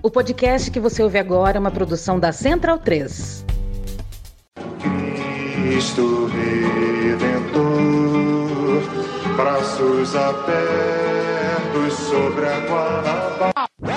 O podcast que você ouve agora é uma produção da Central 3. Cristo Redentor, braços abertos sobre a Guanabara.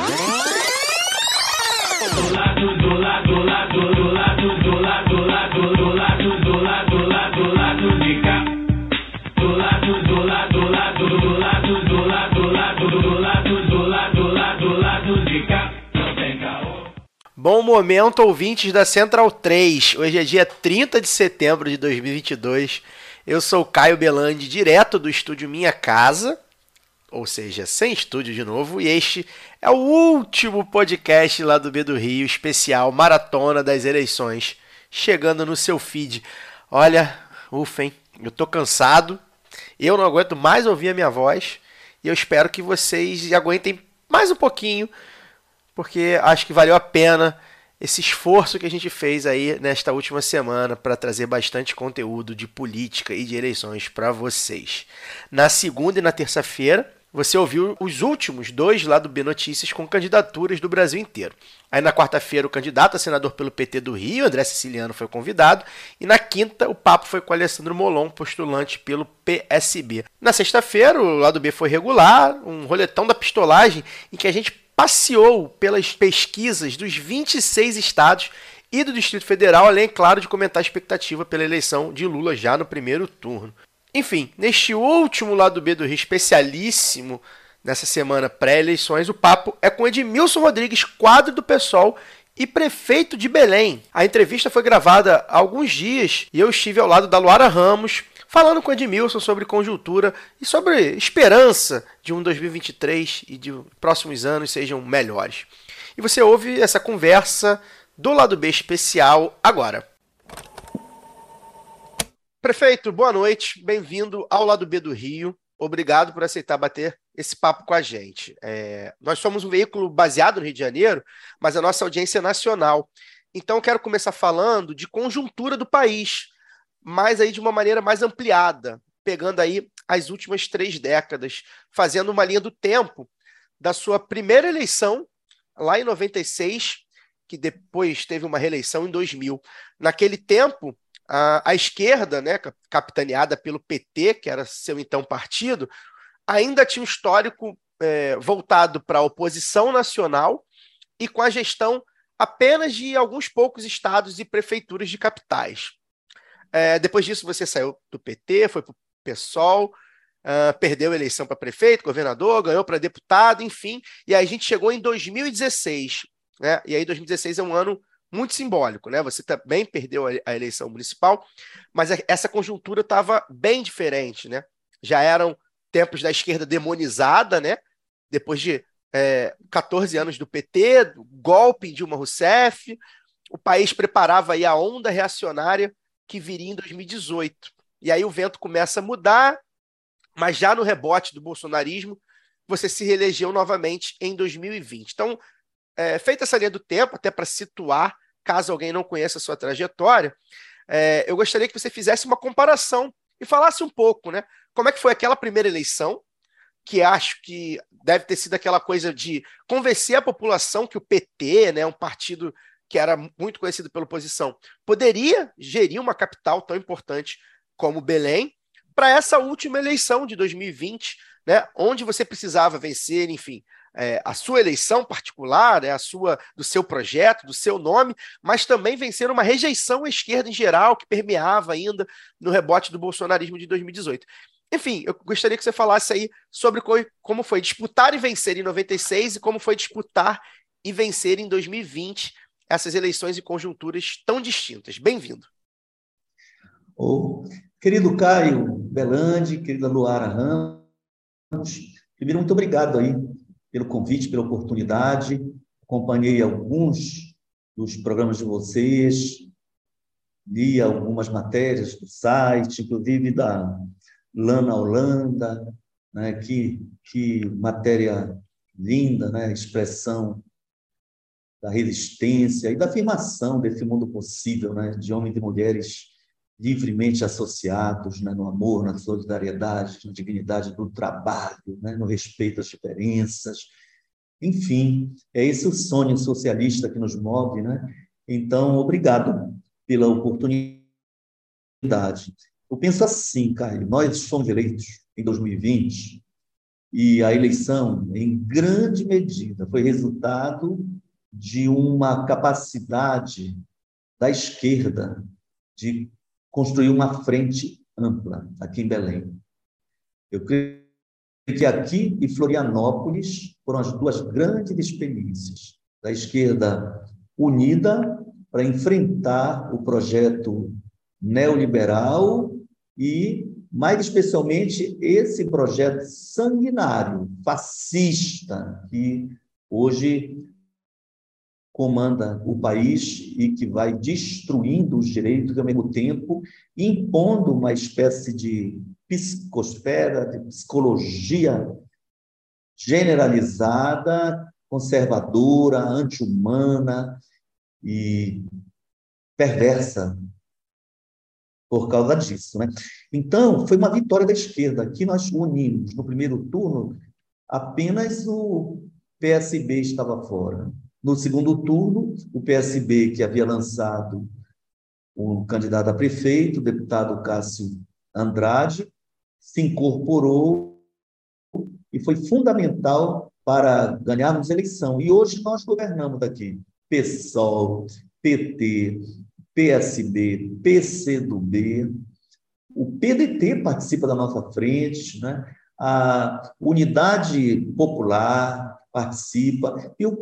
Bom momento, ouvintes da Central 3. Hoje é dia 30 de setembro de 2022. Eu sou o Caio Belandi, direto do estúdio Minha Casa, ou seja, sem estúdio de novo, e este é o último podcast lá do B do Rio, especial Maratona das Eleições, chegando no seu feed. Olha, ufa, hein? Eu tô cansado, eu não aguento mais ouvir a minha voz, e eu espero que vocês aguentem mais um pouquinho, porque acho que valeu a pena esse esforço que a gente fez aí nesta última semana para trazer bastante conteúdo de política e de eleições para vocês. Na segunda e na terça-feira, você ouviu os últimos dois lá do B Notícias com candidaturas do Brasil inteiro. Aí na quarta-feira, o candidato a senador pelo PT do Rio, André Siciliano, foi convidado. E na quinta, o papo foi com Alessandro Molon, postulante pelo PSB. Na sexta-feira, o lado B foi regular, um roletão da pistolagem, em que a gente passeou pelas pesquisas dos 26 estados e do Distrito Federal, além, claro, de comentar a expectativa pela eleição de Lula já no primeiro turno. Enfim, neste último lado B do Rio, especialíssimo nessa semana pré-eleições, o papo é com Edmilson Rodrigues, quadro do PSOL e prefeito de Belém. A entrevista foi gravada há alguns dias e eu estive ao lado da Luara Ramos, falando com o Edmilson sobre conjuntura e sobre esperança de um 2023 e de próximos anos sejam melhores. E você ouve essa conversa do lado B especial agora. Prefeito, boa noite, bem-vindo ao lado B do Rio. Obrigado por aceitar bater esse papo com a gente. Nós somos um veículo baseado no Rio de Janeiro, mas a nossa audiência é nacional. Então, eu quero começar falando de conjuntura do país, mas aí de uma maneira mais ampliada, pegando aí as últimas 3 décadas, fazendo uma linha do tempo da sua primeira eleição, lá em 96, que depois teve uma reeleição em 2000. Naquele tempo, a esquerda, né, capitaneada pelo PT, que era seu então partido, ainda tinha um histórico voltado para a oposição nacional e com a gestão apenas de alguns poucos estados e prefeituras de capitais. Depois disso, você saiu do PT, foi para o PSOL, perdeu a eleição para prefeito, governador, ganhou para deputado, enfim. E aí a gente chegou em 2016. Né? E aí 2016 é um ano muito simbólico. Né? Você também perdeu a eleição municipal, mas essa conjuntura estava bem diferente. Né? Já eram tempos da esquerda demonizada, né? Depois de 14 anos do PT, do golpe de Dilma Rousseff, o país preparava aí a onda reacionária que viria em 2018. E aí o vento começa a mudar, mas já no rebote do bolsonarismo, você se reelegeu novamente em 2020. Então, feita essa linha do tempo, até para situar, caso alguém não conheça a sua trajetória, eu gostaria que você fizesse uma comparação e falasse um pouco, né? Como é que foi aquela primeira eleição, que acho que deve ter sido aquela coisa de convencer a população que o PT, né, um partido que era muito conhecido pela oposição, poderia gerir uma capital tão importante como Belém, para essa última eleição de 2020, né, onde você precisava vencer, enfim, a sua eleição particular, né, do seu projeto, do seu nome, mas também vencer uma rejeição à esquerda em geral, que permeava ainda no rebote do bolsonarismo de 2018. Enfim, eu gostaria que você falasse aí sobre como foi disputar e vencer em 96 e como foi disputar e vencer em 2020, essas eleições e conjunturas tão distintas. Bem-vindo. Querido Caio Belandi, querida Luara Ramos, primeiro, muito obrigado aí pelo convite, pela oportunidade. Acompanhei alguns dos programas de vocês, li algumas matérias do site, inclusive da Lana Holanda, né? Que matéria linda, né? Expressão da resistência e da afirmação desse mundo possível, né, de homens e mulheres livremente associados, né, no amor, na solidariedade, na dignidade do trabalho, né, no respeito às diferenças. Enfim, é esse o sonho socialista que nos move, né? Então, obrigado pela oportunidade. Eu penso assim, Caio, nós fomos eleitos em 2020 e a eleição, em grande medida, foi resultado de uma capacidade da esquerda de construir uma frente ampla aqui em Belém. Eu creio que aqui e Florianópolis foram as duas grandes experiências da esquerda unida para enfrentar o projeto neoliberal e, mais especialmente, esse projeto sanguinário, fascista, que hoje comanda o país e que vai destruindo os direitos, ao mesmo tempo impondo uma espécie de psicosfera, de psicologia generalizada, conservadora, anti-humana e perversa por causa disso, né? Então, foi uma vitória da esquerda. Aqui nós unimos, no primeiro turno, apenas o PSB estava fora. No segundo turno, o PSB, que havia lançado um candidato a prefeito, o deputado Cássio Andrade, se incorporou e foi fundamental para ganharmos a eleição. E hoje nós governamos aqui PSOL, PT, PSB, PCdoB, o PDT participa da nossa frente, né? A Unidade Popular participa, e o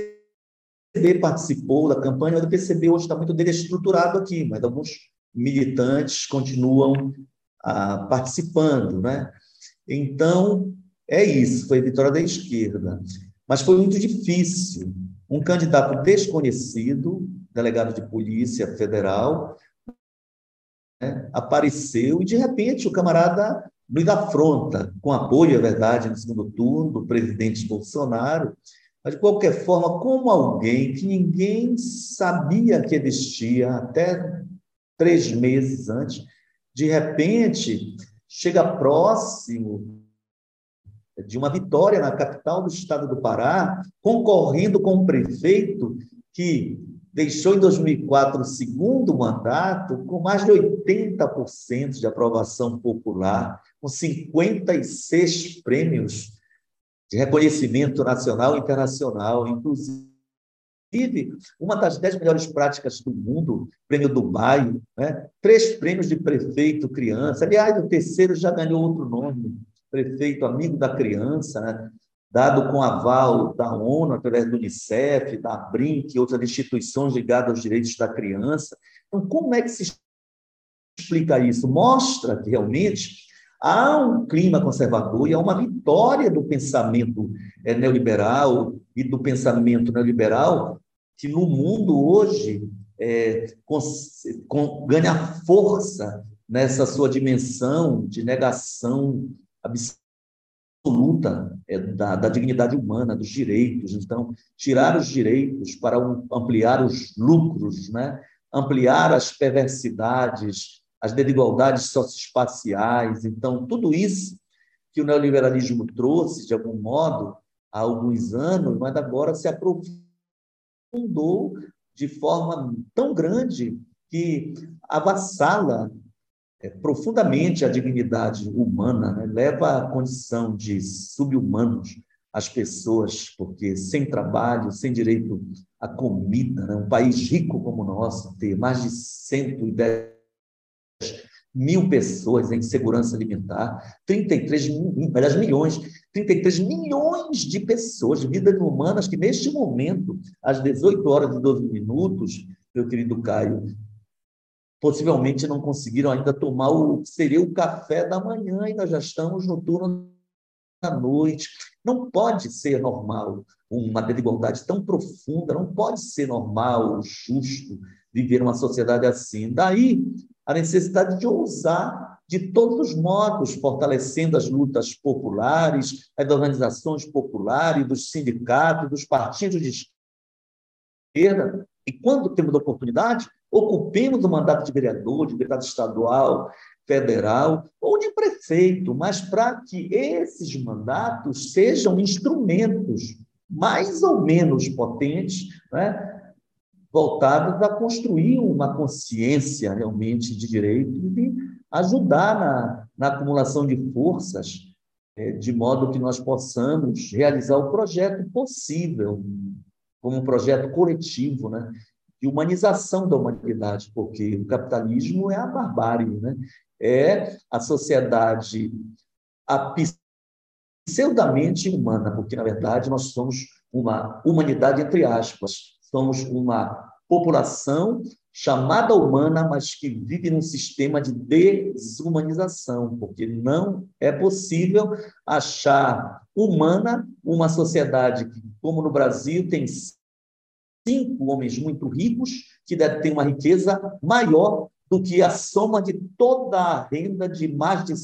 PCB participou da campanha, mas o PCB hoje está muito desestruturado aqui, mas alguns militantes continuam participando, né? Então, é isso, foi a vitória da esquerda. Mas foi muito difícil. Um candidato desconhecido, delegado de Polícia Federal, né, apareceu e, de repente, o camarada nos afronta, com apoio, é verdade, no segundo turno, do presidente Bolsonaro, mas, de qualquer forma, como alguém que ninguém sabia que existia até 3 meses antes, de repente, chega próximo de uma vitória na capital do estado do Pará, concorrendo com um prefeito que deixou em 2004 o segundo mandato com mais de 80% de aprovação popular, com 56 prêmios de reconhecimento nacional e internacional, inclusive uma das 10 melhores práticas do mundo, prêmio Dubai, né? 3 prêmios de prefeito criança. Aliás, o terceiro já ganhou outro nome, prefeito amigo da criança, né? Dado com aval da ONU, através do Unicef, da BRINC e outras instituições ligadas aos direitos da criança. Então, como é que se explica isso? Mostra que, realmente, há um clima conservador e há uma vitória do pensamento neoliberal e do pensamento neoliberal que, no mundo hoje, ganha força nessa sua dimensão de negação absoluta da dignidade humana, dos direitos. Então, tirar os direitos para ampliar os lucros, né? Ampliar as perversidades, as desigualdades socioespaciais. Então, tudo isso que o neoliberalismo trouxe, de algum modo, há alguns anos, mas agora se aprofundou de forma tão grande que avassala profundamente a dignidade humana, né? Leva à condição de sub-humanos as pessoas, porque sem trabalho, sem direito à comida, né? Um país rico como o nosso, ter mais de 110 mil pessoas em segurança alimentar, 33 milhões de pessoas, vidas humanas, que neste momento, às 18 horas e 12 minutos, meu querido Caio, possivelmente não conseguiram ainda tomar seria o café da manhã, e nós já estamos no turno da noite. Não pode ser normal uma desigualdade tão profunda, não pode ser normal, justo, viver uma sociedade assim. Daí a necessidade de ousar de todos os modos, fortalecendo as lutas populares, as organizações populares, dos sindicatos, dos partidos de esquerda, e quando temos a oportunidade, ocupemos o mandato de vereador, de deputado estadual, federal ou de prefeito, mas para que esses mandatos sejam instrumentos mais ou menos potentes, né, voltadas a construir uma consciência realmente de direitos e ajudar na acumulação de forças, de modo que nós possamos realizar o projeto possível, como um projeto coletivo, né, de humanização da humanidade, porque o capitalismo é a barbárie, né? É a sociedade pseudamente humana, porque, na verdade, nós somos uma humanidade, entre aspas, somos uma população chamada humana, mas que vive num sistema de desumanização, porque não é possível achar humana uma sociedade que, como no Brasil, tem 5 homens muito ricos, que devem ter uma riqueza maior do que a soma de toda a renda de mais de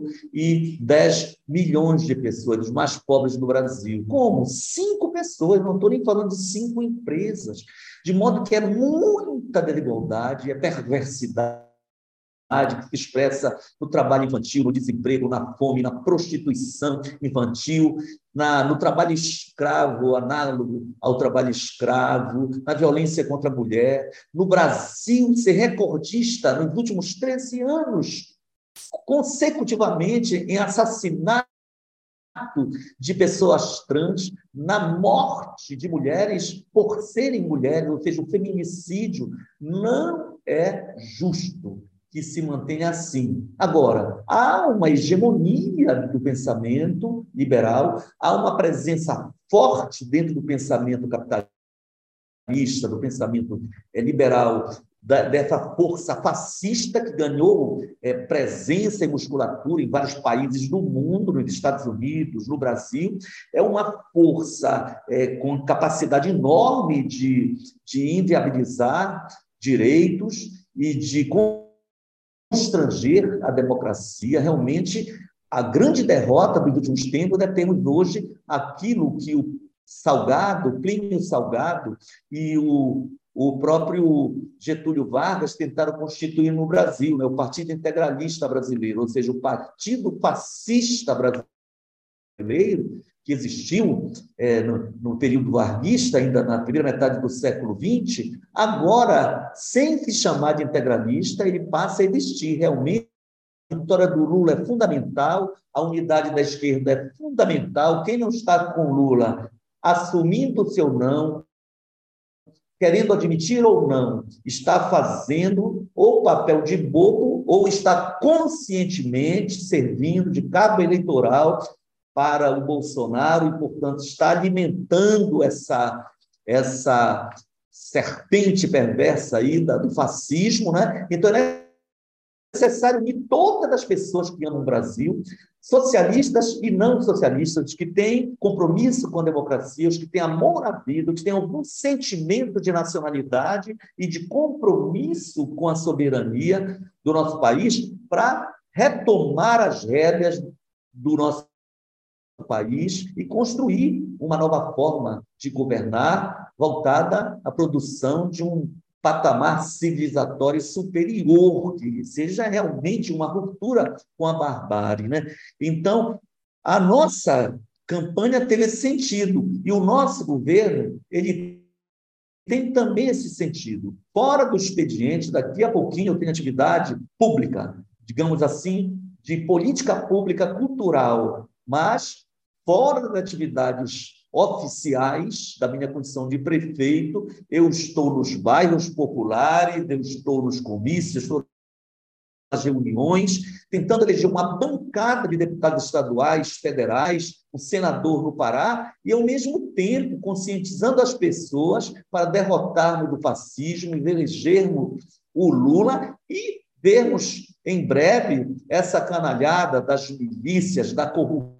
110 milhões de pessoas, os mais pobres do Brasil. Como? 5 pessoas, não estou nem falando de 5 empresas. De modo que é muita desigualdade, é perversidade, que se expressa no trabalho infantil, no desemprego, na fome, na prostituição infantil, no trabalho escravo, análogo ao trabalho escravo, na violência contra a mulher. No Brasil, ser recordista nos últimos 13 anos, consecutivamente, em assassinato de pessoas trans, na morte de mulheres por serem mulheres, ou seja, o feminicídio não é justo que se mantenha assim. Agora, há uma hegemonia do pensamento liberal, há uma presença forte dentro do pensamento capitalista, do pensamento liberal, dessa força fascista que ganhou presença e musculatura em vários países do mundo, nos Estados Unidos, no Brasil. É uma força com capacidade enorme de inviabilizar direitos e de constranger a democracia. Realmente, a grande derrota dos últimos tempos é termos hoje aquilo que o Salgado, Plínio Salgado e o próprio Getúlio Vargas tentaram constituir no Brasil, né? O Partido Integralista Brasileiro, ou seja, o Partido Fascista Brasileiro, que existiu no período varguista, ainda na primeira metade do século XX, agora, sem se chamar de integralista, ele passa a existir. Realmente, a vitória do Lula é fundamental, a unidade da esquerda é fundamental. Quem não está com Lula, assumindo o seu não, querendo admitir ou não, está fazendo ou papel de bobo ou está conscientemente servindo de cabo eleitoral para o Bolsonaro e, portanto, está alimentando essa serpente perversa aí do fascismo, né? Então, é necessário unir todas as pessoas que amam o Brasil, socialistas e não socialistas, os que têm compromisso com a democracia, os que têm amor à vida, os que têm algum sentimento de nacionalidade e de compromisso com a soberania do nosso país, para retomar as rédeas do nosso país e construir uma nova forma de governar voltada à produção de um patamar civilizatório superior, que seja realmente uma ruptura com a barbárie, né? Então, a nossa campanha teve esse sentido, e o nosso governo, ele tem também esse sentido. Fora do expediente, daqui a pouquinho eu tenho atividade pública, digamos assim, de política pública cultural, mas fora das atividades oficiais da minha condição de prefeito, eu estou nos bairros populares, eu estou nos comícios, estou nas reuniões, tentando eleger uma bancada de deputados estaduais, federais, um senador no Pará, e, ao mesmo tempo, conscientizando as pessoas para derrotarmos o fascismo e elegermos o Lula e vermos, em breve, essa canalhada das milícias, da corrupção,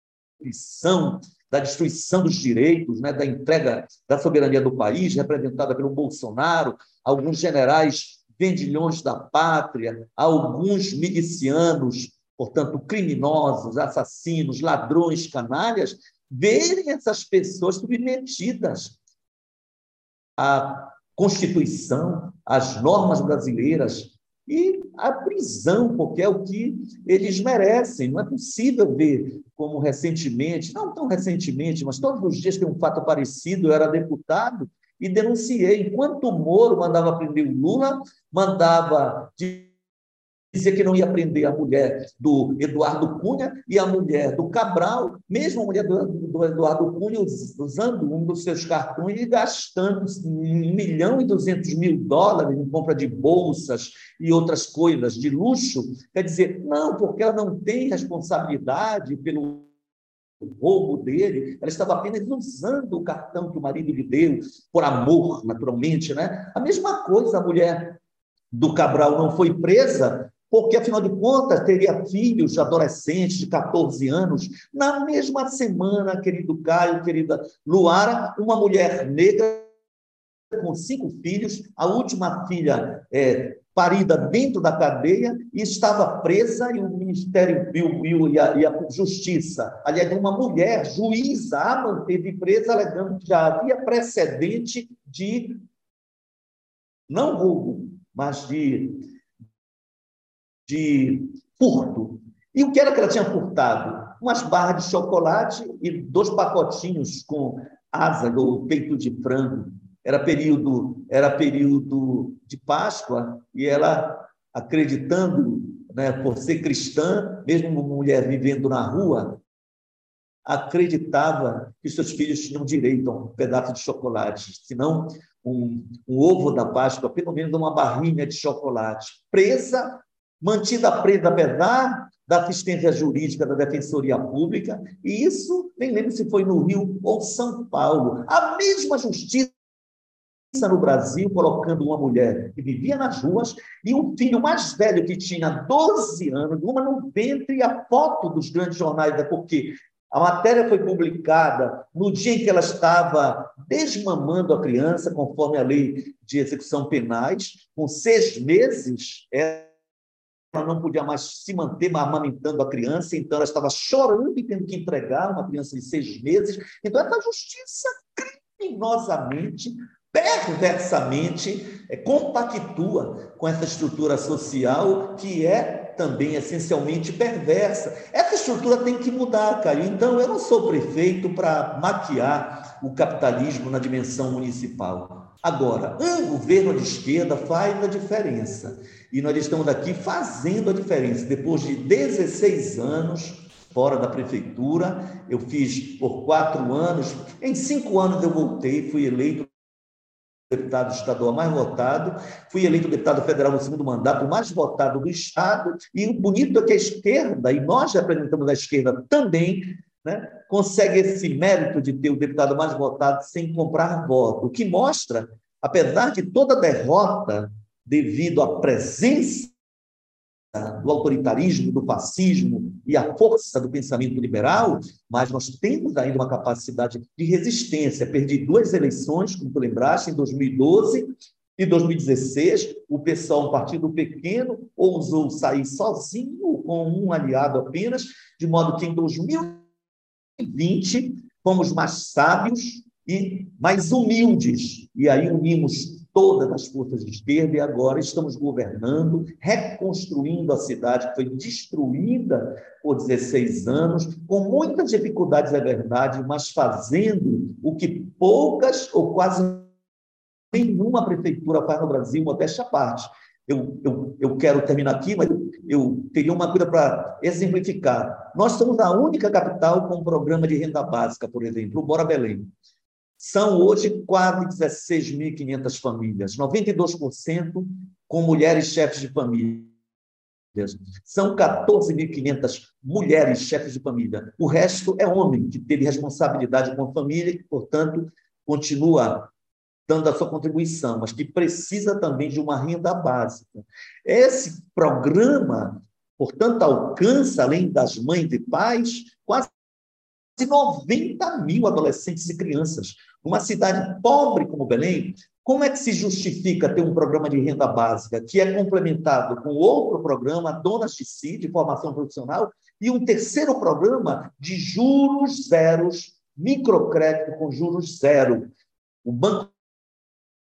da destruição dos direitos, né, da entrega da soberania do país, representada pelo Bolsonaro, alguns generais vendilhões da pátria, alguns milicianos, portanto, criminosos, assassinos, ladrões, canalhas, verem essas pessoas submetidas à Constituição, às normas brasileiras, e a prisão, porque é o que eles merecem. Não é possível ver como recentemente, não tão recentemente, mas todos os dias tem um fato parecido. Eu era deputado e denunciei. Enquanto o Moro mandava prender o Lula, mandava dizer que não ia prender a mulher do Eduardo Cunha e a mulher do Cabral, mesmo a mulher do Eduardo Cunha usando um dos seus cartões e gastando US$ 1.200.000 em compra de bolsas e outras coisas de luxo. Quer dizer, não, porque ela não tem responsabilidade pelo roubo dele, ela estava apenas usando o cartão que o marido lhe deu, por amor, naturalmente, né? A mesma coisa, a mulher do Cabral não foi presa porque, afinal de contas, teria filhos adolescentes de 14 anos. Na mesma semana, querido Caio, querida Luara, uma mulher negra com 5 filhos, a última filha parida dentro da cadeia, e estava presa, e o Ministério e a Justiça, aliás, uma mulher, juíza, a manteve presa, alegando que já havia precedente de não roubo, mas de furto. E o que era que ela tinha furtado? Umas barras de chocolate e 2 pacotinhos com asa do peito de frango. Era período de Páscoa, e ela, acreditando, né, por ser cristã, mesmo uma mulher vivendo na rua, acreditava que seus filhos tinham direito a um pedaço de chocolate, se não um ovo da Páscoa, pelo menos uma barrinha de chocolate. Mantida presa, apesar da assistência jurídica da Defensoria Pública, e isso, nem lembro se foi no Rio ou São Paulo. A mesma justiça no Brasil, colocando uma mulher que vivia nas ruas e um filho mais velho que tinha 12 anos, uma no ventre, e a foto dos grandes jornais, porque a matéria foi publicada no dia em que ela estava desmamando a criança, conforme a lei de execução penais, com 6 meses, ela não podia mais se manter amamentando a criança, então ela estava chorando e tendo que entregar uma criança de 6 meses. Então, essa justiça criminosamente, perversamente, compactua com essa estrutura social que é também essencialmente perversa. Essa estrutura tem que mudar, Caio. Então, eu não sou prefeito para maquiar o capitalismo na dimensão municipal. Agora, um governo de esquerda faz a diferença. E nós estamos aqui fazendo a diferença. Depois de 16 anos fora da prefeitura, eu fiz por 4 anos. Em 5 anos eu voltei, fui eleito deputado estadual mais votado, fui eleito deputado federal no 2º mandato, mais votado do Estado, e o bonito é que a esquerda, e nós representamos a esquerda também, né, consegue esse mérito de ter o deputado mais votado sem comprar voto, o que mostra, apesar de toda a derrota devido à presença do autoritarismo, do fascismo e à força do pensamento liberal, mas nós temos ainda uma capacidade de resistência. Perdi 2 eleições, como tu lembraste, em 2012 e 2016. O PSOL, um partido pequeno, ousou sair sozinho, com um aliado apenas, de modo que em 2020 fomos mais sábios e mais humildes, e aí unimos todas as forças de esquerda, e agora estamos governando, reconstruindo a cidade que foi destruída por 16 anos, com muitas dificuldades, é verdade, mas fazendo o que poucas ou quase nenhuma prefeitura faz no Brasil, modéstia à parte. Eu quero terminar aqui, mas eu teria uma coisa para exemplificar. Nós somos a única capital com um programa de renda básica, por exemplo, o Bora Belém. São hoje quase 16.500 famílias, 92% com mulheres chefes de família. São 14.500 mulheres chefes de família. O resto é homem que teve responsabilidade com a família e que, portanto, continua dando a sua contribuição, mas que precisa também de uma renda básica. Esse programa, portanto, alcança, além das mães e pais, quase 90 mil adolescentes e crianças. Numa cidade pobre como Belém, como é que se justifica ter um programa de renda básica que é complementado com outro programa, Donas de Si, de formação profissional, e um terceiro programa de juros zeros, microcrédito com juros zero? O Banco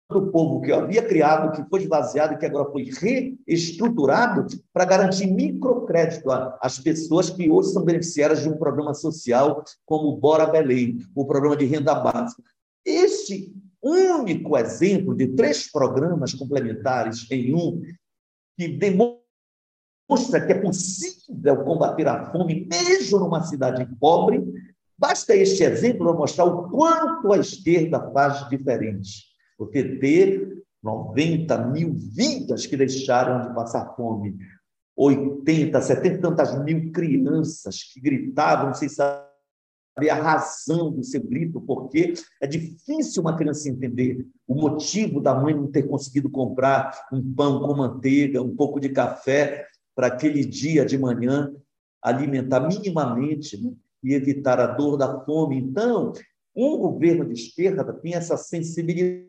do povo que eu havia criado, que foi esvaziado, que agora foi reestruturado para garantir microcrédito às pessoas que hoje são beneficiárias de um programa social como o Bora Belém, o programa de renda básica. Este único exemplo de 3 programas complementares em um, que demonstra que é possível combater a fome mesmo numa cidade pobre, basta este exemplo para mostrar o quanto a esquerda faz diferente. O PT, 90 mil vidas que deixaram de passar fome, 80, 70 tantas mil crianças que gritavam, não sei saber a razão do seu grito, porque é difícil uma criança entender o motivo da mãe não ter conseguido comprar um pão com manteiga, um pouco de café, para aquele dia de manhã alimentar minimamente, né, e evitar a dor da fome. Então, um governo de esquerda tem essa sensibilidade.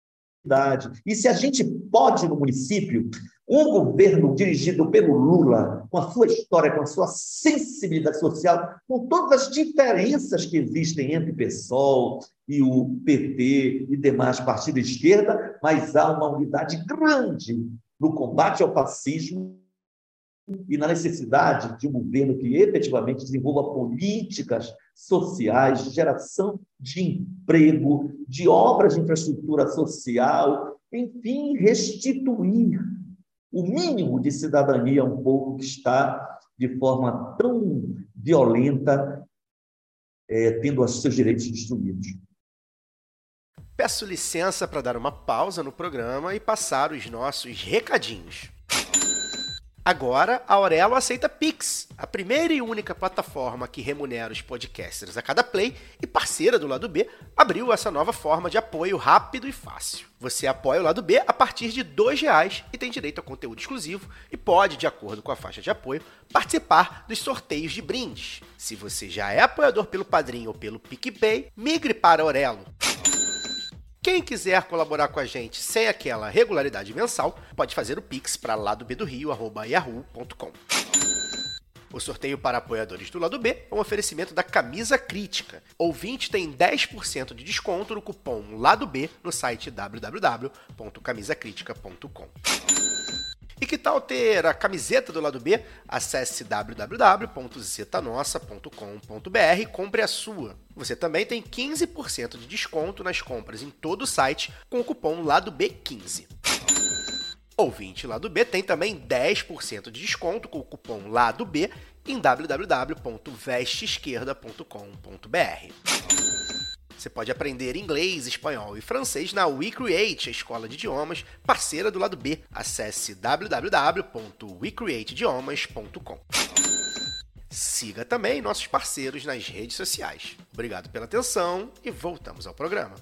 E se a gente pode, no município, um governo dirigido pelo Lula, com a sua história, com a sua sensibilidade social, com todas as diferenças que existem entre o PSOL e o PT e demais partidos de esquerda, mas há uma unidade grande no combate ao fascismo e na necessidade de um governo que efetivamente desenvolva políticas sociais, de geração de emprego, de obras de infraestrutura social, enfim, restituir o mínimo de cidadania a um povo que está, de forma tão violenta, tendo os seus direitos destruídos. Peço licença para dar uma pausa no programa e passar os nossos recadinhos. Agora, a Aurelo aceita Pix, a primeira e única plataforma que remunera os podcasters a cada play e parceira do Lado B, abriu essa nova forma de apoio rápido e fácil. Você apoia o Lado B a partir de R$ 2,00 e tem direito a conteúdo exclusivo e pode, de acordo com a faixa de apoio, participar dos sorteios de brindes. Se você já é apoiador pelo Padrim ou pelo PicPay, migre para a Aurelo. Quem quiser colaborar com a gente sem aquela regularidade mensal, pode fazer o Pix para ladobedorio@yahoo.com. O sorteio para apoiadores do Lado B é um oferecimento da Camisa Crítica. Ouvinte tem 10% de desconto no cupom Lado B no site www.camisacritica.com. E que tal ter a camiseta do Lado B? Acesse www.zetanossa.com.br e compre a sua. Você também tem 15% de desconto nas compras em todo o site com o cupom Lado B15. Ouvinte Lado B tem também 10% de desconto com o cupom Lado B em www.vesteesquerda.com.br. Você pode aprender inglês, espanhol e francês na WeCreate, a escola de idiomas parceira do Lado B. Acesse www.wecreateidiomas.com. Siga também nossos parceiros nas redes sociais. Obrigado pela atenção e voltamos ao programa.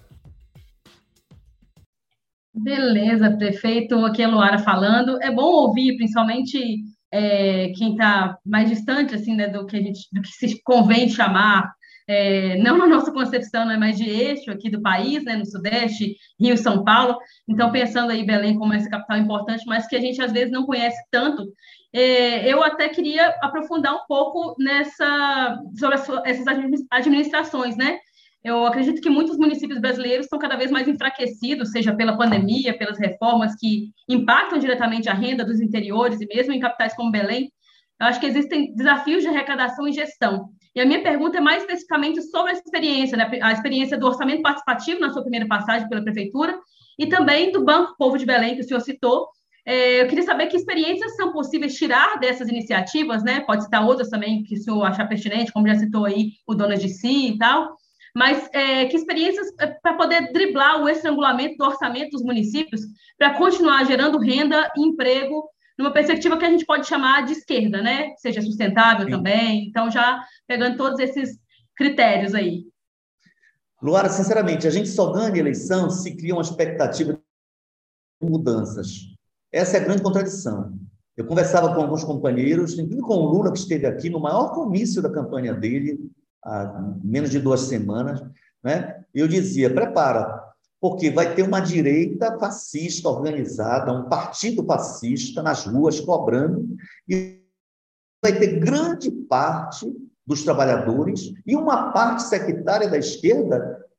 Beleza, prefeito. Aqui é a Luara falando. É bom ouvir, principalmente quem está mais distante assim, né, do que se convém chamar. Não na nossa concepção, né, mas de eixo aqui do país, né, no Sudeste, Rio, São Paulo. Então, pensando aí Belém como essa capital importante, mas que a gente às vezes não conhece tanto, eu até queria aprofundar um pouco sobre essas administrações, né? Eu acredito que muitos municípios brasileiros estão cada vez mais enfraquecidos, seja pela pandemia, pelas reformas que impactam diretamente a renda dos interiores e mesmo em capitais como Belém. Eu acho que existem desafios de arrecadação e gestão. E a minha pergunta é mais especificamente sobre a experiência, né? A experiência do orçamento participativo na sua primeira passagem pela prefeitura e também do Banco Povo de Belém, que o senhor citou. Eu queria saber que experiências são possíveis tirar dessas iniciativas, né? Pode citar outras também que o senhor achar pertinente, como já citou aí o Donas de Si e tal. Mas que experiências para poder driblar o estrangulamento do orçamento dos municípios para continuar gerando renda e emprego numa perspectiva que a gente pode chamar de esquerda, né? Seja sustentável. Sim. Também. Então, já pegando todos esses critérios aí. Luara, sinceramente, a gente só ganha eleição se cria uma expectativa de mudanças. Essa é a grande contradição. Eu conversava com alguns companheiros, inclusive com o Lula, que esteve aqui no maior comício da campanha dele, há menos de 2 semanas, né? Eu dizia, prepara, porque vai ter uma direita fascista organizada, um partido fascista nas ruas cobrando, e vai ter grande parte dos trabalhadores e uma parte sectária da esquerda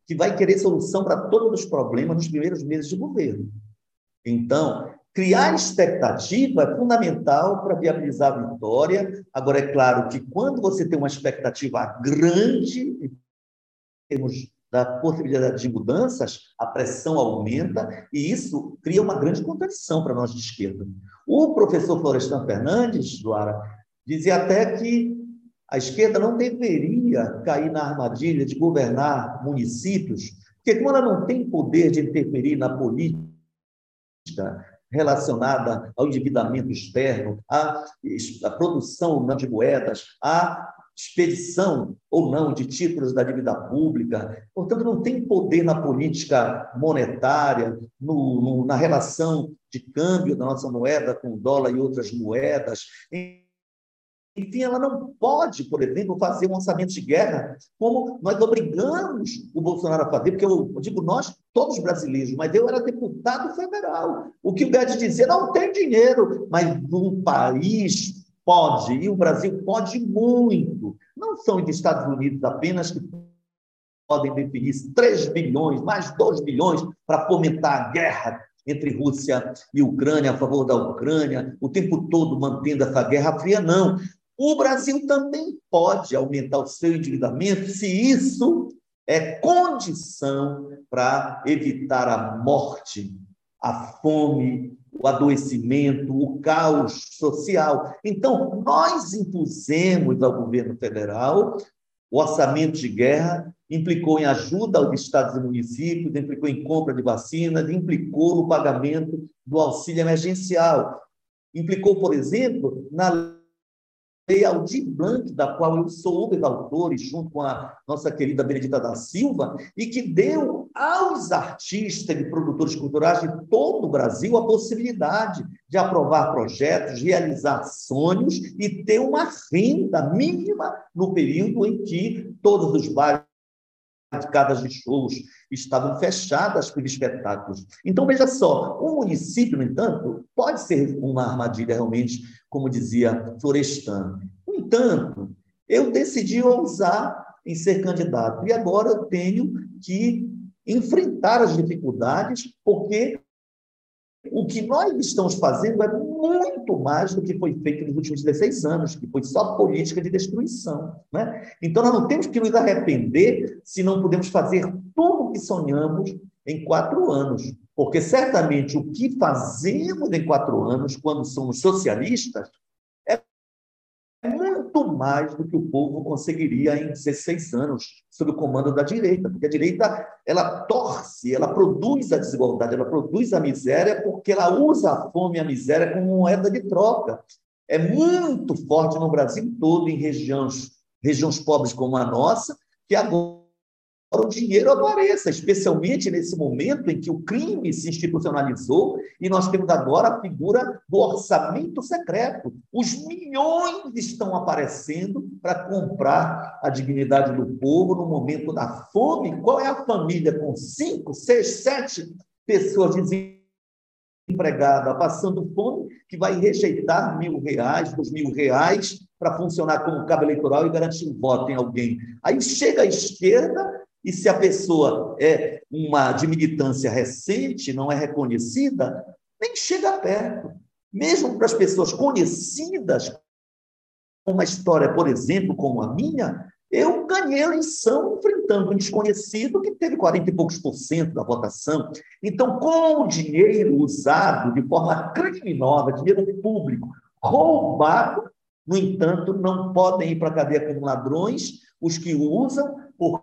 que vai querer solução para todos os problemas nos primeiros meses de governo. Então, criar expectativa é fundamental para viabilizar a vitória. Agora, é claro que quando você tem uma expectativa grande, em termos da possibilidade de mudanças, a pressão aumenta e isso cria uma grande contradição para nós de esquerda. O professor Florestan Fernandes, Luara, dizia até que a esquerda não deveria cair na armadilha de governar municípios, porque como ela não tem poder de interferir na política relacionada ao endividamento externo, à produção ou não de moedas, à expedição ou não de títulos da dívida pública, portanto, não tem poder na política monetária, na relação de câmbio da nossa moeda com o dólar e outras moedas. Enfim, ela não pode, por exemplo, fazer um orçamento de guerra como nós obrigamos o Bolsonaro a fazer, porque eu digo nós, todos brasileiros, mas eu era deputado federal. O que o Guedes dizia, não tem dinheiro, mas um país pode, e o Brasil pode muito. Não são os Estados Unidos apenas que podem definir 3 bilhões, mais 2 bilhões para fomentar a guerra entre Rússia e Ucrânia, a favor da Ucrânia, o tempo todo mantendo essa guerra fria, não. O Brasil também pode aumentar o seu endividamento se isso é condição para evitar a morte, a fome, o adoecimento, o caos social. Então, nós impusemos ao governo federal o orçamento de guerra, implicou em ajuda aos estados e municípios, implicou em compra de vacinas, implicou no pagamento do auxílio emergencial, implicou, por exemplo, na Lei Aldir Blanc, da qual eu sou um dos autores, junto com a nossa querida Benedita da Silva, e que deu aos artistas e produtores culturais de todo o Brasil a possibilidade de aprovar projetos, realizar sonhos e ter uma renda mínima no período em que todos os bairros, casas de shows estavam fechadas por espetáculos. Então, veja só, o município, no entanto, pode ser uma armadilha realmente, como dizia Florestan. No entanto, eu decidi ousar em ser candidato e agora eu tenho que enfrentar as dificuldades, porque o que nós estamos fazendo é muito mais do que foi feito nos últimos 16 anos, que foi só política de destruição, né? Então, nós não temos que nos arrepender se não podemos fazer tudo o que sonhamos em 4 anos, porque certamente o que fazemos em 4 anos, quando somos socialistas, é muito mais do que o povo conseguiria em 16 anos, sob o comando da direita, porque a direita, ela torce, ela produz a desigualdade, ela produz a miséria, porque ela usa a fome e a miséria como moeda de troca. É muito forte no Brasil todo, em regiões pobres como a nossa, que agora o dinheiro apareça, especialmente nesse momento em que o crime se institucionalizou e nós temos agora a figura do orçamento secreto. Os milhões estão aparecendo para comprar a dignidade do povo no momento da fome. Qual é a família com 5, 6, 7 pessoas desempregadas, passando fome, que vai rejeitar R$1.000, R$2.000 para funcionar como cabo eleitoral e garantir um voto em alguém? Aí chega a esquerda, e se a pessoa é uma de militância recente, não é reconhecida, nem chega perto. Mesmo para as pessoas conhecidas, uma história, por exemplo, como a minha, eu ganhei a eleição enfrentando um desconhecido que teve 40 e poucos % da votação. Então, com o dinheiro usado de forma criminosa, dinheiro público, roubado, no entanto, não podem ir para a cadeia como ladrões os que o usam,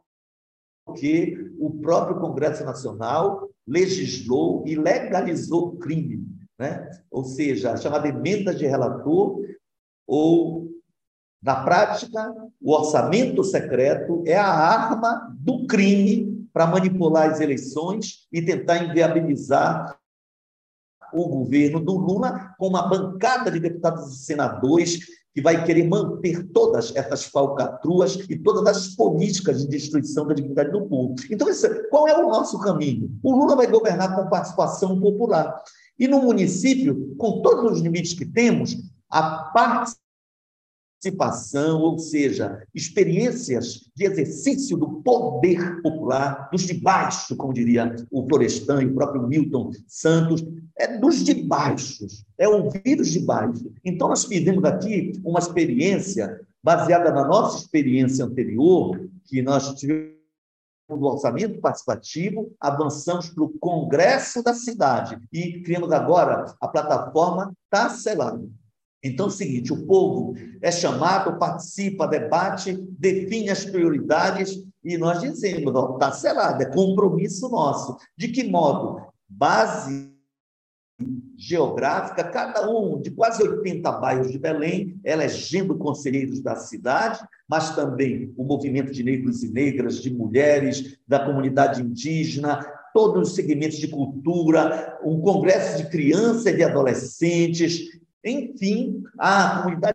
porque o próprio Congresso Nacional legislou e legalizou o crime, né? Ou seja, a chamada emenda de relator, ou, na prática, o orçamento secreto é a arma do crime para manipular as eleições e tentar inviabilizar o governo do Lula com uma bancada de deputados e senadores que vai querer manter todas essas falcatruas e todas as políticas de destruição da dignidade do povo. Então, qual é o nosso caminho? O Lula vai governar com participação popular. E no município, com todos os limites que temos, a participação participação, ou seja, experiências de exercício do poder popular, dos de baixo, como diria o Florestan e o próprio Milton Santos, é dos de baixo, é ouvir os de baixo. Então, nós fizemos aqui uma experiência baseada na nossa experiência anterior, que nós tivemos do orçamento participativo, avançamos para o Congresso da Cidade e criamos agora a plataforma Tá Selado. Então é o seguinte, o povo é chamado, participa, debate, define as prioridades e nós dizemos, está selado, é compromisso nosso. De que modo? Base geográfica, cada um de quase 80 bairros de Belém, elegendo conselheiros da cidade, mas também o movimento de negros e negras, de mulheres, da comunidade indígena, todos os segmentos de cultura, um congresso de crianças e de adolescentes, enfim, a comunidade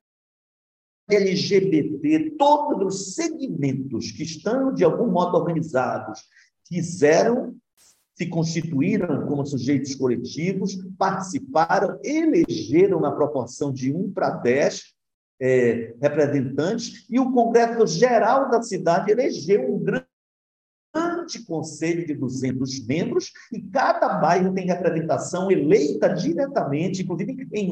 LGBT, todos os segmentos que estão, de algum modo, organizados, quiseram, se constituíram como sujeitos coletivos, participaram, elegeram na proporção de 1 para 10 representantes, e o Congresso Geral da cidade elegeu um grande conselho de 200 membros, e cada bairro tem representação eleita diretamente, inclusive em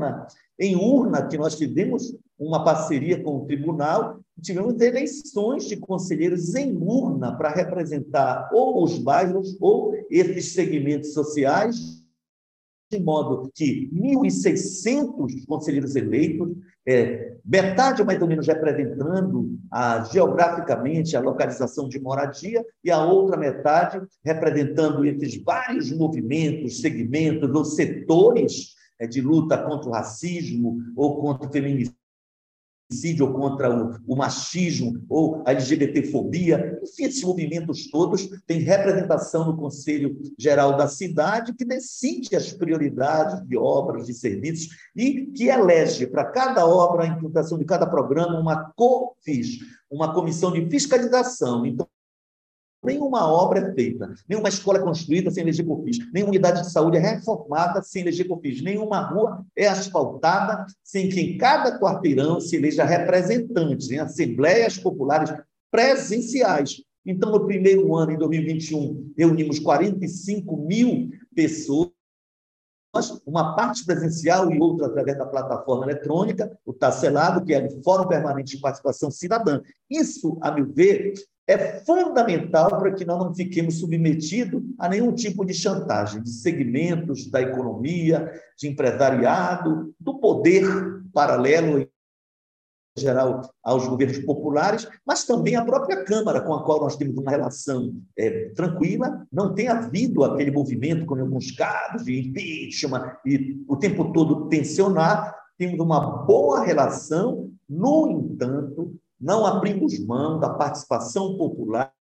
urna, que nós tivemos uma parceria com o tribunal, tivemos eleições de conselheiros em urna para representar ou os bairros ou esses segmentos sociais, de modo que 1.600 conselheiros eleitos, metade mais ou menos representando geograficamente a localização de moradia e a outra metade representando esses vários movimentos, segmentos ou setores de luta contra o racismo ou contra o feminicídio, ou contra o machismo, ou a LGBTfobia, enfim, esses movimentos todos têm representação no Conselho Geral da Cidade, que decide as prioridades de obras, de serviços, e que elege para cada obra, a implantação de cada programa, uma COFIS, uma comissão de fiscalização. Então, nenhuma obra é feita, nenhuma escola é construída sem eleger COFIS, nenhuma unidade de saúde é reformada sem eleger COFIS, nenhuma rua é asfaltada sem que em cada quarteirão se eleja representantes em assembleias populares presenciais. Então, no primeiro ano, em 2021, reunimos 45 mil pessoas, uma parte presencial e outra através da plataforma eletrônica, o Tá Selado, que é o Fórum Permanente de Participação Cidadã. Isso, a meu ver, é fundamental para que nós não fiquemos submetidos a nenhum tipo de chantagem de segmentos da economia, de empresariado, do poder paralelo, em geral, aos governos populares, mas também a própria Câmara, com a qual nós temos uma relação tranquila. Não tem havido aquele movimento, como em alguns casos, de impeachment, e o tempo todo tensionar. Temos uma boa relação, no entanto, não abrimos mão da participação popular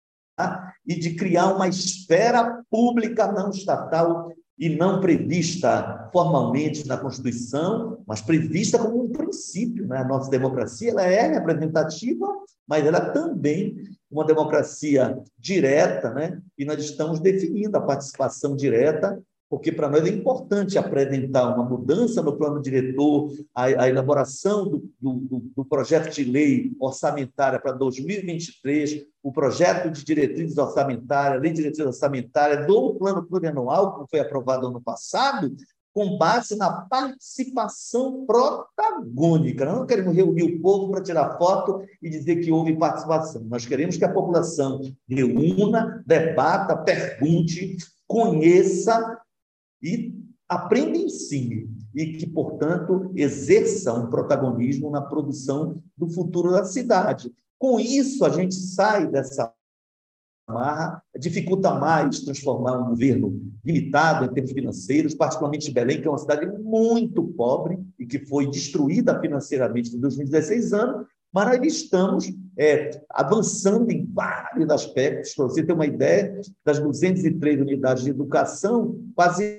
e de criar uma esfera pública não estatal e não prevista formalmente na Constituição, mas prevista como um princípio, né? A nossa democracia ela é representativa, mas ela é também uma democracia direta, né? E nós estamos definindo a participação direta, porque para nós é importante apresentar uma mudança no plano diretor, a elaboração do projeto de lei orçamentária para 2023, o projeto de diretrizes orçamentárias, lei de diretrizes orçamentárias do plano plurianual, que foi aprovado ano passado, com base na participação protagônica. Nós não queremos reunir o povo para tirar foto e dizer que houve participação. Nós queremos que a população reúna, debata, pergunte, conheça e aprenda e ensine, e que, portanto, exerça um protagonismo na produção do futuro da cidade. Com isso, a gente sai dessa amarra, dificulta mais transformar um governo limitado em termos financeiros, particularmente em Belém, que é uma cidade muito pobre e que foi destruída financeiramente nos últimos 16 anos, mas nós estamos avançando em vários aspectos. Para você ter uma ideia, das 203 unidades de educação, quase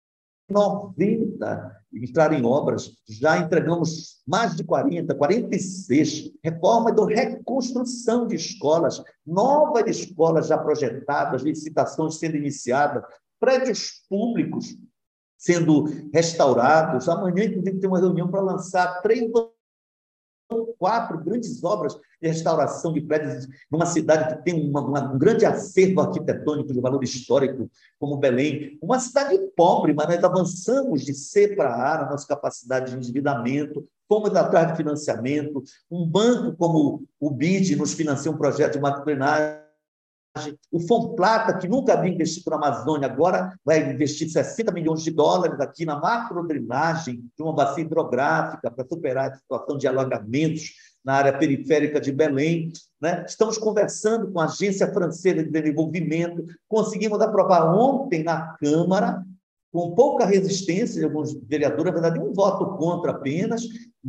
90 entraram em obras, já entregamos mais de 46, reforma e reconstrução de escolas, novas escolas já projetadas, licitações sendo iniciadas, prédios públicos sendo restaurados. Amanhã, inclusive, tem uma reunião para lançar 3 4 grandes obras de restauração de prédios numa cidade que tem um grande acervo arquitetônico de valor histórico, como Belém. Uma cidade pobre, mas nós avançamos de C para A na nossa capacidade de endividamento, fomos atrás de financiamento. Um banco como o BID nos financia um projeto de macrodrenagem. O Fomplata, que nunca havia investido na Amazônia, agora vai investir 60 milhões de dólares aqui na macrodrenagem de uma bacia hidrográfica para superar a situação de alagamentos na área periférica de Belém. Né? Estamos conversando com a Agência Francesa de Desenvolvimento, conseguimos aprovar ontem na Câmara, com pouca resistência de alguns vereadores, na verdade, um voto contra apenas,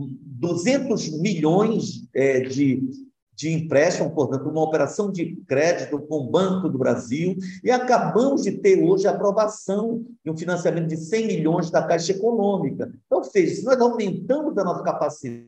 200 milhões de empréstimo, portanto, uma operação de crédito com o Banco do Brasil, e acabamos de ter hoje a aprovação de um financiamento de 100 milhões da Caixa Econômica. Então, se nós aumentamos a nossa capacidade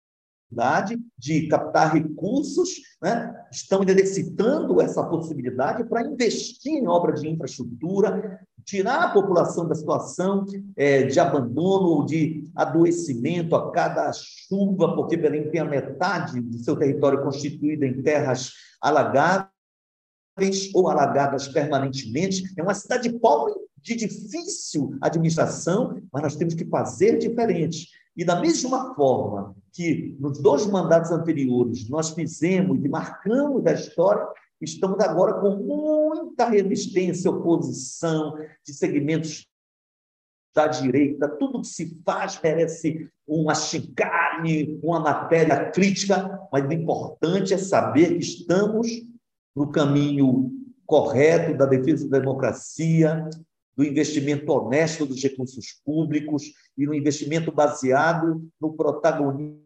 de captar recursos, né? Estamos exercitando essa possibilidade para investir em obras de infraestrutura, tirar a população da situação de abandono ou de adoecimento a cada chuva, porque Belém tem a metade do seu território constituído em terras alagáveis ou alagadas permanentemente. É uma cidade pobre, de difícil administração, mas nós temos que fazer diferente. E da mesma forma que nos 2 mandatos anteriores nós fizemos e marcamos a história, estamos agora com muita resistência, oposição de segmentos da direita. Tudo que se faz merece uma chicane, uma matéria crítica, mas o importante é saber que estamos no caminho correto da defesa da democracia, do investimento honesto dos recursos públicos e no investimento baseado no protagonismo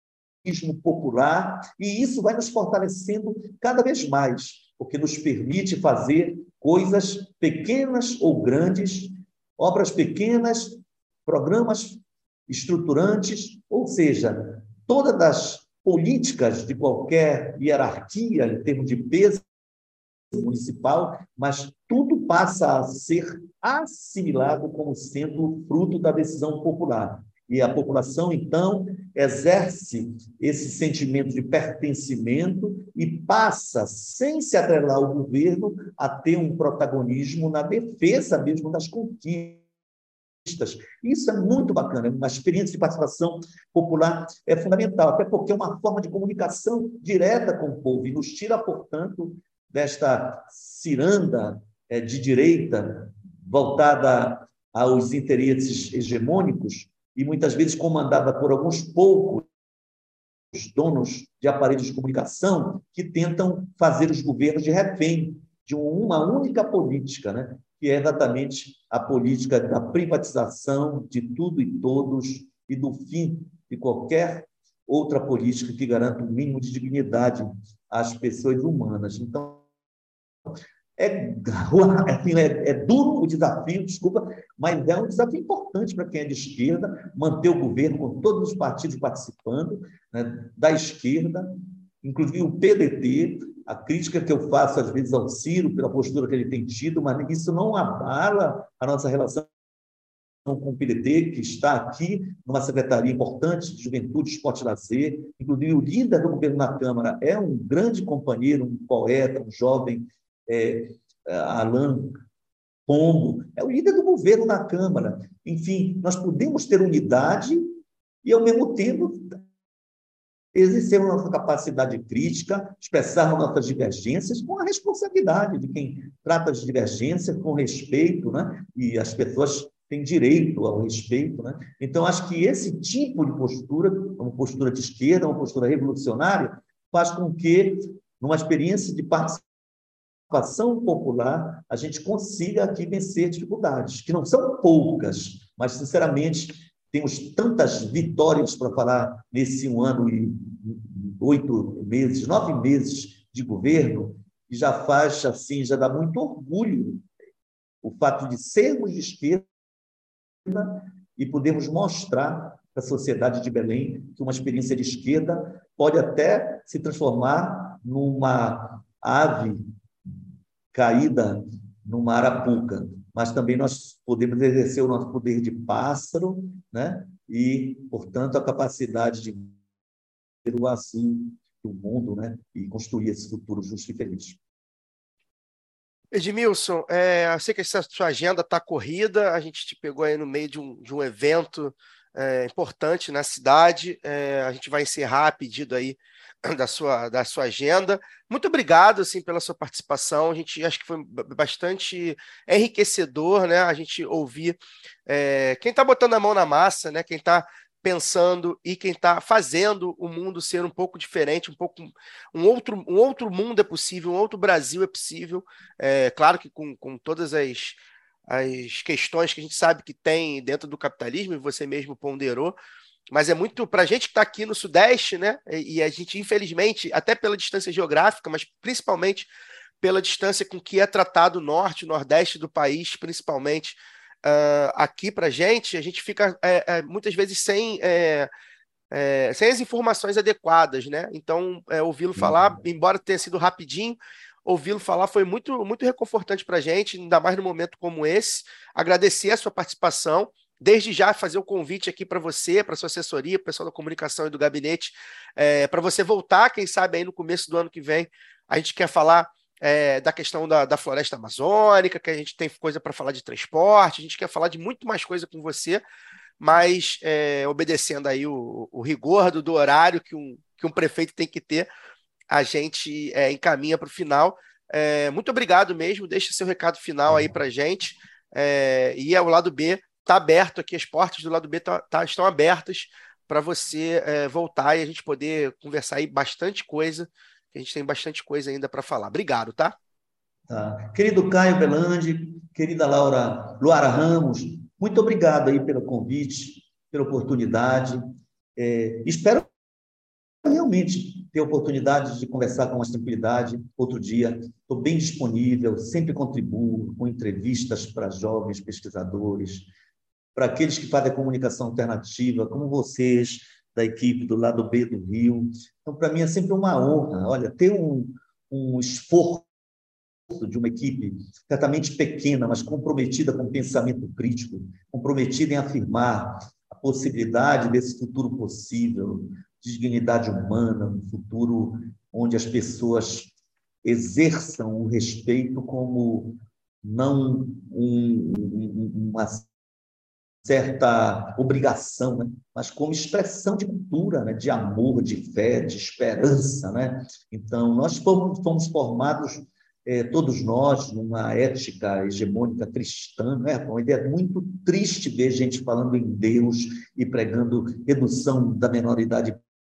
popular, e isso vai nos fortalecendo cada vez mais, porque nos permite fazer coisas pequenas ou grandes, obras pequenas, programas estruturantes, ou seja, todas as políticas de qualquer hierarquia em termos de peso municipal, mas tudo passa a ser assimilado como sendo fruto da decisão popular. E a população, então, exerce esse sentimento de pertencimento e passa, sem se atrelar ao governo, a ter um protagonismo na defesa mesmo das conquistas. Isso é muito bacana, uma experiência de participação popular é fundamental, até porque é uma forma de comunicação direta com o povo e nos tira, portanto, desta ciranda de direita voltada aos interesses hegemônicos e muitas vezes comandada por alguns poucos donos de aparelhos de comunicação que tentam fazer os governos de refém de uma única política, né? Que é exatamente a política da privatização de tudo e todos e do fim de qualquer outra política que garanta um mínimo de dignidade às pessoas humanas. Então, é duro o desafio, desculpa, mas é um desafio importante para quem é de esquerda, manter o governo com todos os partidos participando, né, da esquerda, inclusive o PDT, a crítica que eu faço às vezes ao Ciro pela postura que ele tem tido, mas isso não abala a nossa relação com o PDT, que está aqui numa secretaria importante de Juventude, Esporte e Lazer. Inclusive, o líder do governo na Câmara é um grande companheiro, um poeta, um jovem, Alain Pombo, é o líder do governo na Câmara. Enfim, nós podemos ter unidade e, ao mesmo tempo, exercermos nossa capacidade crítica, expressarmos nossas divergências com a responsabilidade de quem trata as divergências com respeito, né? E as pessoas têm direito ao respeito, né? Então, acho que esse tipo de postura, uma postura de esquerda, uma postura revolucionária, faz com que, numa experiência de participação popular, a gente consiga aqui vencer dificuldades, que não são poucas, mas, sinceramente, temos tantas vitórias para falar nesse 1 ano e 8 meses, 9 meses de governo, que já faz, assim, já dá muito orgulho o fato de sermos de esquerda e podermos mostrar para a sociedade de Belém que uma experiência de esquerda pode até se transformar numa ave caída numa arapuca, mas também nós podemos exercer o nosso poder de pássaro, né? E, portanto, a capacidade de o assim do mundo, né? E construir esse futuro justo e feliz. Edmilson, eu sei que essa sua agenda está corrida, a gente te pegou aí no meio de um evento importante na cidade, a gente vai encerrar a pedido aí da sua agenda. Muito obrigado assim, pela sua participação, a gente acho que foi bastante enriquecedor, né? A gente ouvir quem está botando a mão na massa, né? Quem está pensando e quem está fazendo o mundo ser um pouco diferente, um outro mundo é possível, um outro Brasil é possível, claro que com todas as questões que a gente sabe que tem dentro do capitalismo, e você mesmo ponderou, mas é muito para a gente que está aqui no Sudeste, né? E a gente, infelizmente, até pela distância geográfica, mas principalmente pela distância com que é tratado o Norte, o Nordeste do país, principalmente, aqui para a gente fica muitas vezes sem as informações adequadas, né? Então, ouvi-lo falar, embora tenha sido rapidinho, ouvi-lo falar foi muito, muito reconfortante para a gente, ainda mais num momento como esse. Agradecer a sua participação, desde já fazer o convite aqui para você, para a sua assessoria, para o pessoal da comunicação e do gabinete, para você voltar, quem sabe aí no começo do ano que vem, a gente quer falar da questão da floresta amazônica, que a gente tem coisa para falar de transporte, a gente quer falar de muito mais coisa com você, mas obedecendo aí o rigor do horário que um prefeito tem que ter, a gente encaminha para o final. Muito obrigado mesmo, deixa seu recado final aí para a gente, e o lado B está aberto aqui, as portas do lado B estão abertas para você voltar e a gente poder conversar aí bastante coisa, que a gente tem bastante coisa ainda para falar. Obrigado, tá? Tá. Querido Caio Belandi, querida Luara Ramos, muito obrigado aí pelo convite, pela oportunidade. Espero realmente ter a oportunidade de conversar com mais tranquilidade outro dia. Estou bem disponível, sempre contribuo com entrevistas para jovens pesquisadores, para aqueles que fazem a comunicação alternativa, como vocês, da equipe do Lado B do Rio. Então, para mim, é sempre uma honra. Olha, ter um esforço de uma equipe certamente pequena, mas comprometida com o pensamento crítico, comprometida em afirmar a possibilidade desse futuro possível, de dignidade humana, um futuro onde as pessoas exerçam o respeito como não uma certa obrigação, né? Mas como expressão de cultura, né? De amor, de fé, de esperança, né? Então, nós fomos formados, todos nós, numa ética hegemônica cristã, né? Uma ideia muito triste ver gente falando em Deus e pregando redução da menoridade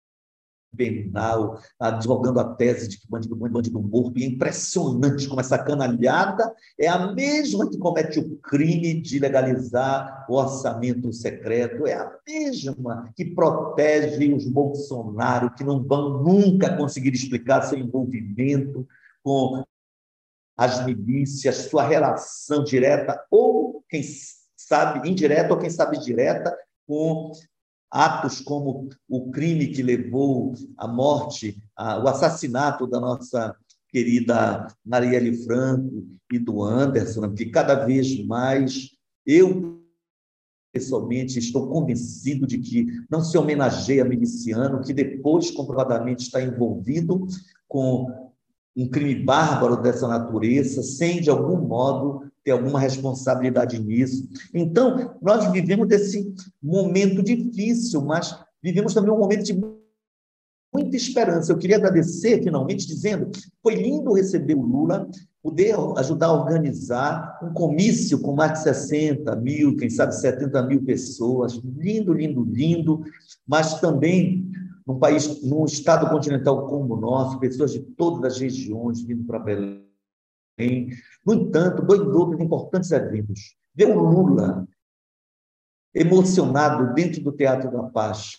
penal, advogando a tese de que bandido bom é bandido morto, e é impressionante como essa canalhada é a mesma que comete o crime de legalizar o orçamento secreto, é a mesma que protege os Bolsonaro, que não vão nunca conseguir explicar seu envolvimento com as milícias, sua relação direta ou, quem sabe, indireta ou, quem sabe, direta com atos como o crime que levou à morte, o assassinato da nossa querida Marielle Franco e do Anderson, que cada vez mais eu, pessoalmente, estou convencido de que não se homenageia miliciano que depois comprovadamente está envolvido com um crime bárbaro dessa natureza, sem, de algum modo, ter alguma responsabilidade nisso. Então, nós vivemos desse momento difícil, mas vivemos também um momento de muita esperança. Eu queria agradecer, finalmente, dizendo que foi lindo receber o Lula, poder ajudar a organizar um comício com mais de 60 mil, quem sabe 70 mil pessoas. Lindo, lindo, lindo, mas também num estado continental como o nosso, pessoas de todas as regiões vindo para Belém. No entanto, dois outros importantes eventos. Ver o Lula emocionado dentro do Teatro da Paz,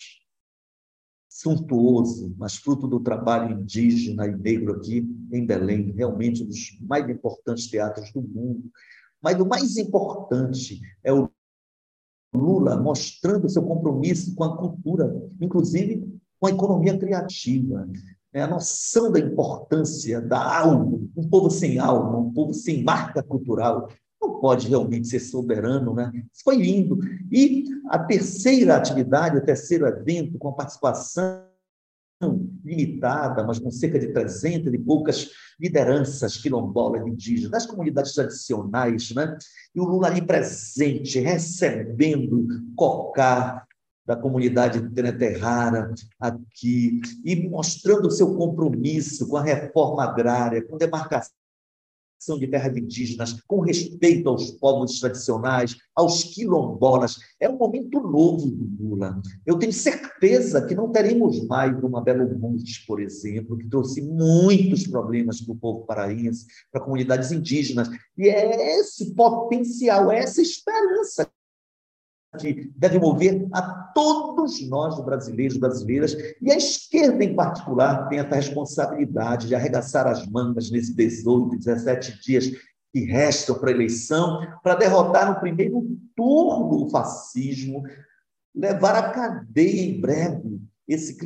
suntuoso, mas fruto do trabalho indígena e negro aqui em Belém, realmente um dos mais importantes teatros do mundo. Mas o mais importante é o Lula mostrando seu compromisso com a cultura, inclusive com a economia criativa, a noção da importância da alma. Um povo sem alma, um povo sem marca cultural, não pode realmente ser soberano, né? Isso foi lindo. E a terceira atividade, o terceiro evento, com a participação limitada, mas com cerca de 300 e poucas lideranças quilombolas indígenas, das comunidades tradicionais, né? E o Lula ali presente, recebendo cocá da comunidade Teneterrara aqui, e mostrando o seu compromisso com a reforma agrária, com demarcação de terras indígenas, com respeito aos povos tradicionais, aos quilombolas. É um momento novo do Lula. Eu tenho certeza que não teremos mais uma Belo Montes, por exemplo, que trouxe muitos problemas para o povo paraense, para comunidades indígenas. E é esse potencial, é essa esperança que deve mover a todos nós, brasileiros e brasileiras, e a esquerda, em particular, tem essa responsabilidade de arregaçar as mangas nesses 18, 17 dias que restam para a eleição, para derrotar no primeiro turno o fascismo, levar à cadeia em breve esse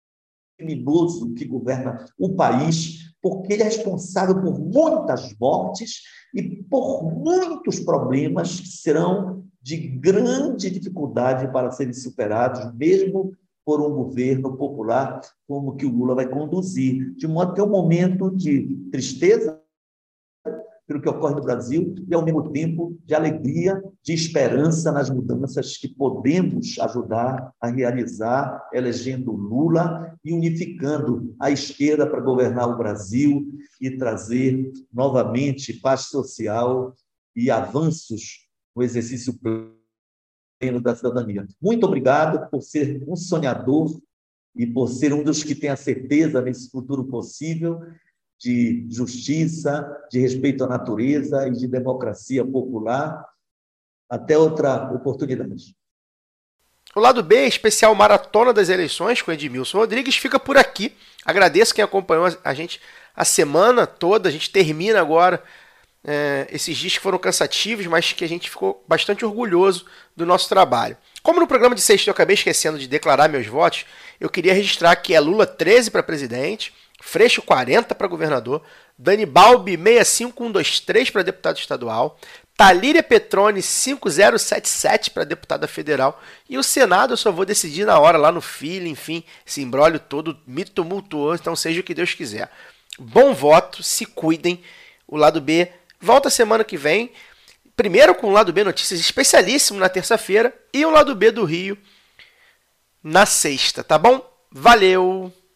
criminoso que governa o país, porque ele é responsável por muitas mortes e por muitos problemas que serão de grande dificuldade para serem superados, mesmo por um governo popular como que o Lula vai conduzir. De modo que é um momento de tristeza pelo que ocorre no Brasil e, ao mesmo tempo, de alegria, de esperança nas mudanças que podemos ajudar a realizar, elegendo Lula e unificando a esquerda para governar o Brasil e trazer novamente paz social e avanços no exercício pleno da cidadania. Muito obrigado por ser um sonhador e por ser um dos que tem a certeza nesse futuro possível de justiça, de respeito à natureza e de democracia popular. Até outra oportunidade. O lado B, especial Maratona das Eleições com Edmilson Rodrigues, fica por aqui. Agradeço quem acompanhou a gente a semana toda. A gente termina agora esses dias que foram cansativos, mas que a gente ficou bastante orgulhoso do nosso trabalho. Como no programa de sexta eu acabei esquecendo de declarar meus votos, eu queria registrar que é Lula 13 para presidente, Freixo 40 para governador, Dani Balbi 65123 para deputado estadual, Talíria Petroni 5077 para deputada federal, e o Senado eu só vou decidir na hora, lá no filho, enfim, esse imbróglio todo me tumultuou, então seja o que Deus quiser. Bom voto, se cuidem. O lado B volta semana que vem, primeiro com o lado B Notícias especialíssimo na terça-feira e o lado B do Rio na sexta, tá bom? Valeu!